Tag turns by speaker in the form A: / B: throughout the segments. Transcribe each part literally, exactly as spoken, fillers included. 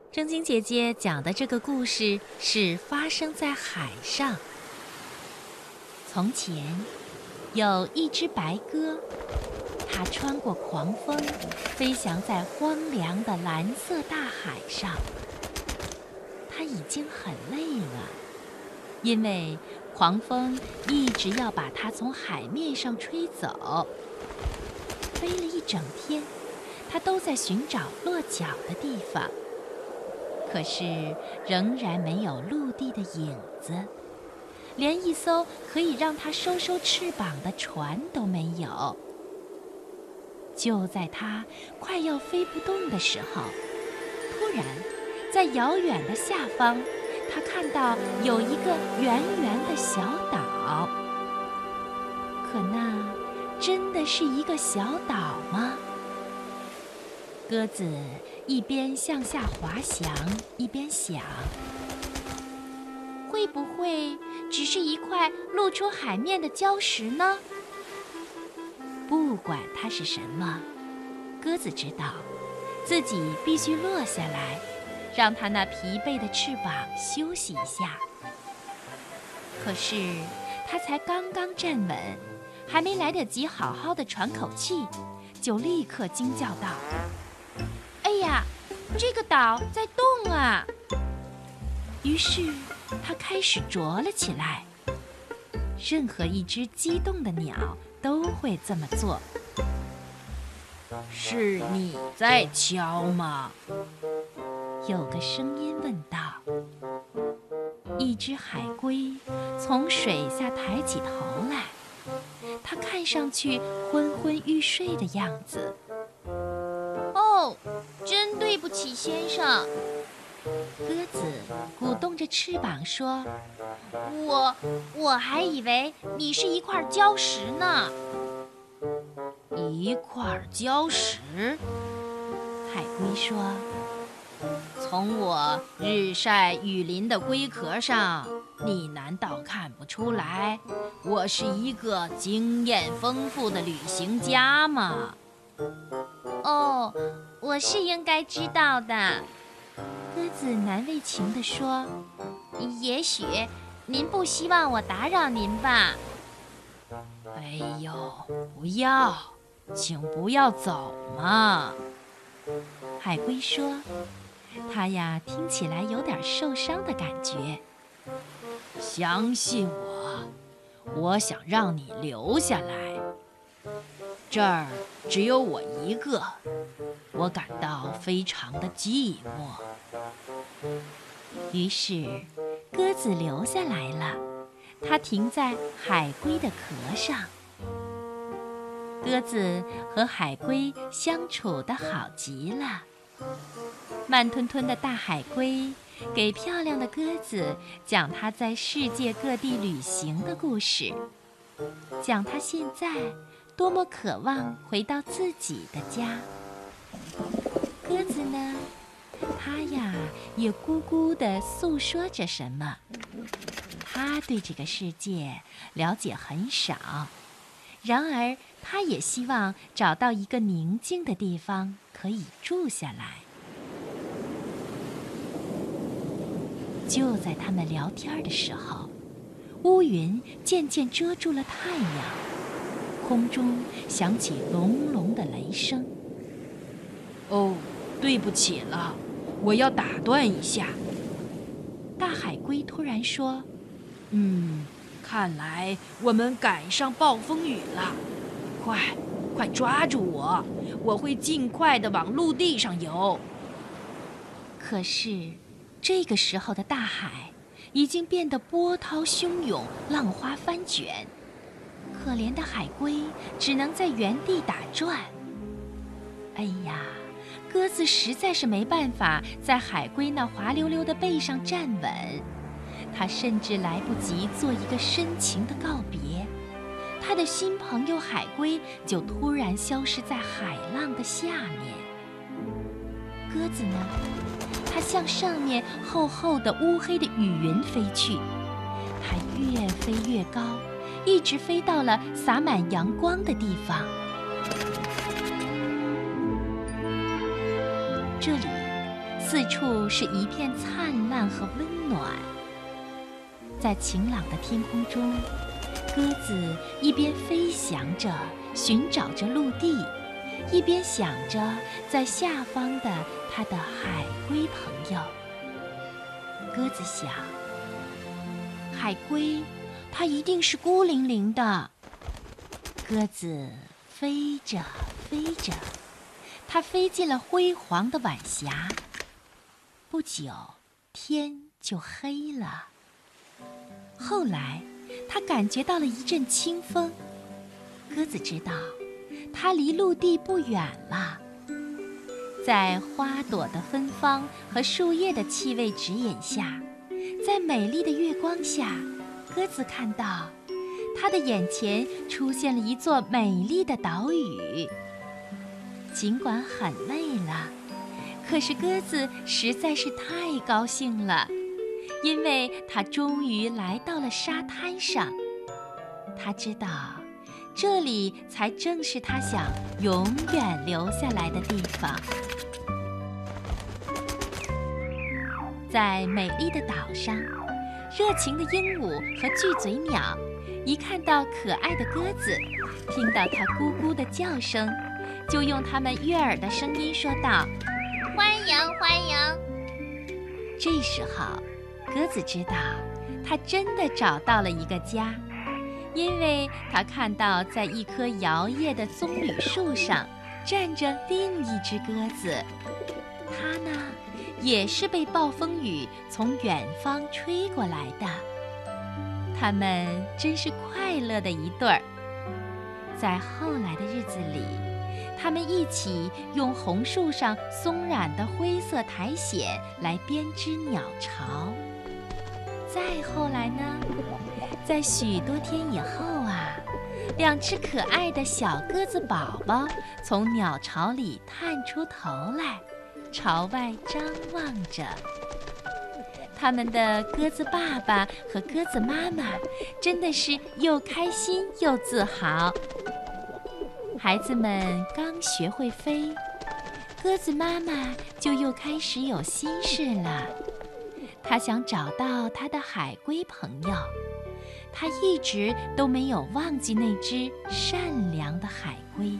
A: 正晶姐姐讲的这个故事是发生在海上。从前，有一只白鸽，它穿过狂风，飞翔在荒凉的蓝色大海上。它已经很累了，因为狂风一直要把它从海面上吹走。飞了一整天，它都在寻找落脚的地方。可是仍然没有陆地的影子，连一艘可以让它收收翅膀的船都没有。就在它快要飞不动的时候，突然，在遥远的下方，它看到有一个圆圆的小岛。可那真的是一个小岛吗？鸽子一边向下滑翔，一边想：会不会只是一块露出海面的礁石呢？不管它是什么，鸽子知道自己必须落下来，让它那疲惫的翅膀休息一下。可是它才刚刚站稳，还没来得及好好的喘口气，就立刻惊叫道：哎呀，这个岛在动啊！于是它开始啄了起来。任何一只激动的鸟都会这么做。
B: 是你在敲吗？
A: 有个声音问道。一只海龟从水下抬起头来，它看上去昏昏欲睡的样子。
C: 哦，真对不起，先生。
A: 鸽子鼓动着翅膀说：
C: 我我还以为你是一块礁石呢。
B: 一块礁石？
A: 海龟说：
B: 从我日晒雨淋的龟壳上，你难道看不出来我是一个经验丰富的旅行家吗？
C: 哦，我是应该知道的。
A: 鸽子难为情地说：
C: 也许您不希望我打扰您吧？
B: 哎呦，不要，请不要走嘛。
A: 海龟说，它呀听起来有点受伤的感觉。
B: 相信我，我想让你留下来。这儿只有我一个，我感到非常的寂寞。
A: 于是，鸽子留下来了，它停在海龟的壳上。鸽子和海龟相处得好极了。慢吞吞的大海龟给漂亮的鸽子讲它在世界各地旅行的故事，讲它现在多么渴望回到自己的家。鸽子呢，它呀也咕咕地诉说着什么。它对这个世界了解很少，然而它也希望找到一个宁静的地方可以住下来。就在他们聊天的时候，乌云渐渐遮住了太阳，空中响起隆隆的雷声。
B: 哦，对不起了，我要打断一下。
A: 大海龟突然说：
B: 嗯，看来我们赶上暴风雨了，快快抓住我，我会尽快地往陆地上游。
A: 可是这个时候的大海已经变得波涛汹涌，浪花翻卷，可怜的海龟只能在原地打转。哎呀，鸽子实在是没办法在海龟那滑溜溜的背上站稳，它甚至来不及做一个深情的告别，它的新朋友海龟就突然消失在海浪的下面。鸽子呢，它向上面厚厚的乌黑的雨云飞去，它越飞越高，一直飞到了洒满阳光的地方。这里四处是一片灿烂和温暖。在晴朗的天空中，鸽子一边飞翔着，寻找着陆地，一边想着在下方的它的海龟朋友。鸽子想，海龟，它一定是孤零零的。鸽子飞着飞着，它飞进了辉煌的晚霞。不久，天就黑了。后来，它感觉到了一阵清风。鸽子知道，它离陆地不远了。在花朵的芬芳和树叶的气味指引下，在美丽的月光下，鸽子看到它的眼前出现了一座美丽的岛屿。尽管很累了，可是鸽子实在是太高兴了，因为它终于来到了沙滩上。它知道，这里才正是它想永远留下来的地方。在美丽的岛上，热情的鹦鹉和巨嘴鸟一看到可爱的鸽子，听到它咕咕的叫声，就用它们悦耳的声音说道：“
C: 欢迎欢迎！”
A: 这时候，鸽子知道，它真的找到了一个家，因为它看到在一棵摇曳的棕榈树上站着另一只鸽子，它呢，也是被暴风雨从远方吹过来的。他们真是快乐的一对儿。在后来的日子里，他们一起用红树上松软的灰色苔藓来编织鸟巢。再后来呢，在许多天以后啊，两只可爱的小鸽子宝宝从鸟巢里探出头来，朝外张望着。他们的鸽子爸爸和鸽子妈妈真的是又开心又自豪。孩子们刚学会飞，鸽子妈妈就又开始有心事了。她想找到她的海龟朋友，她一直都没有忘记那只善良的海龟。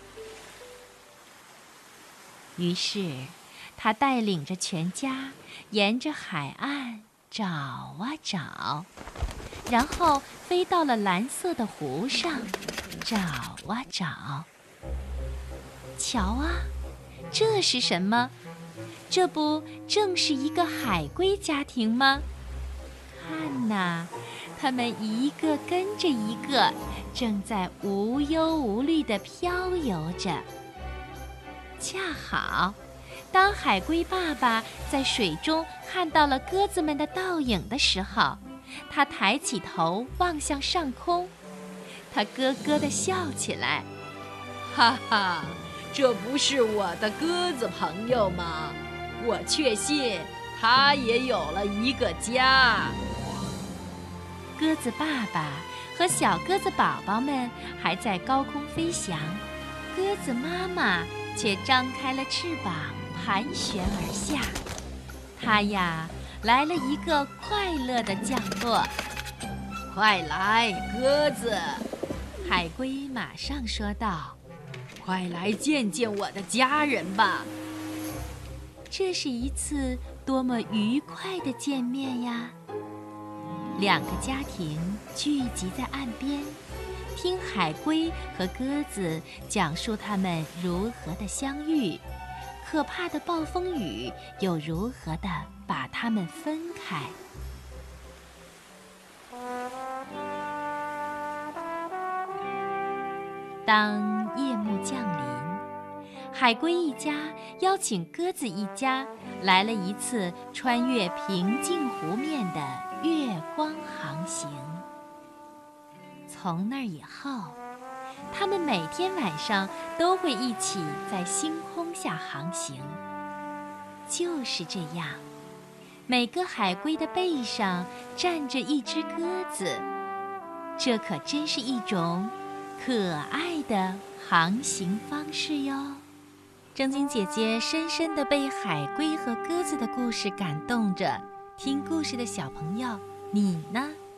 A: 于是，他带领着全家沿着海岸找啊找，然后飞到了蓝色的湖上，找啊找。瞧啊，这是什么？这不正是一个海龟家庭吗？看呐，他们一个跟着一个，正在无忧无虑地漂游着。恰好，当海龟爸爸在水中看到了鸽子们的倒影的时候，他抬起头望向上空，他咯咯地笑起来。
B: 哈哈，这不是我的鸽子朋友吗？我确信他也有了一个家。
A: 鸽子爸爸和小鸽子宝宝们还在高空飞翔，鸽子妈妈却张开了翅膀，盘旋而下。它呀，来了一个快乐的降落。
B: 快来，鸽子！
A: 海龟马上说道：“
B: 快来见见我的家人吧！”
A: 这是一次多么愉快的见面呀！两个家庭聚集在岸边，听海龟和鸽子讲述他们如何的相遇，可怕的暴风雨又如何的把他们分开。当夜幕降临，海龟一家邀请鸽子一家来了一次穿越平静湖面的月光航行。从那儿以后，他们每天晚上都会一起在星空下航行。就是这样，每个海龟的背上站着一只鸽子，这可真是一种可爱的航行方式哟。 正晶姐姐深深地被海龟和鸽子的故事感动着。听故事的小朋友，你呢？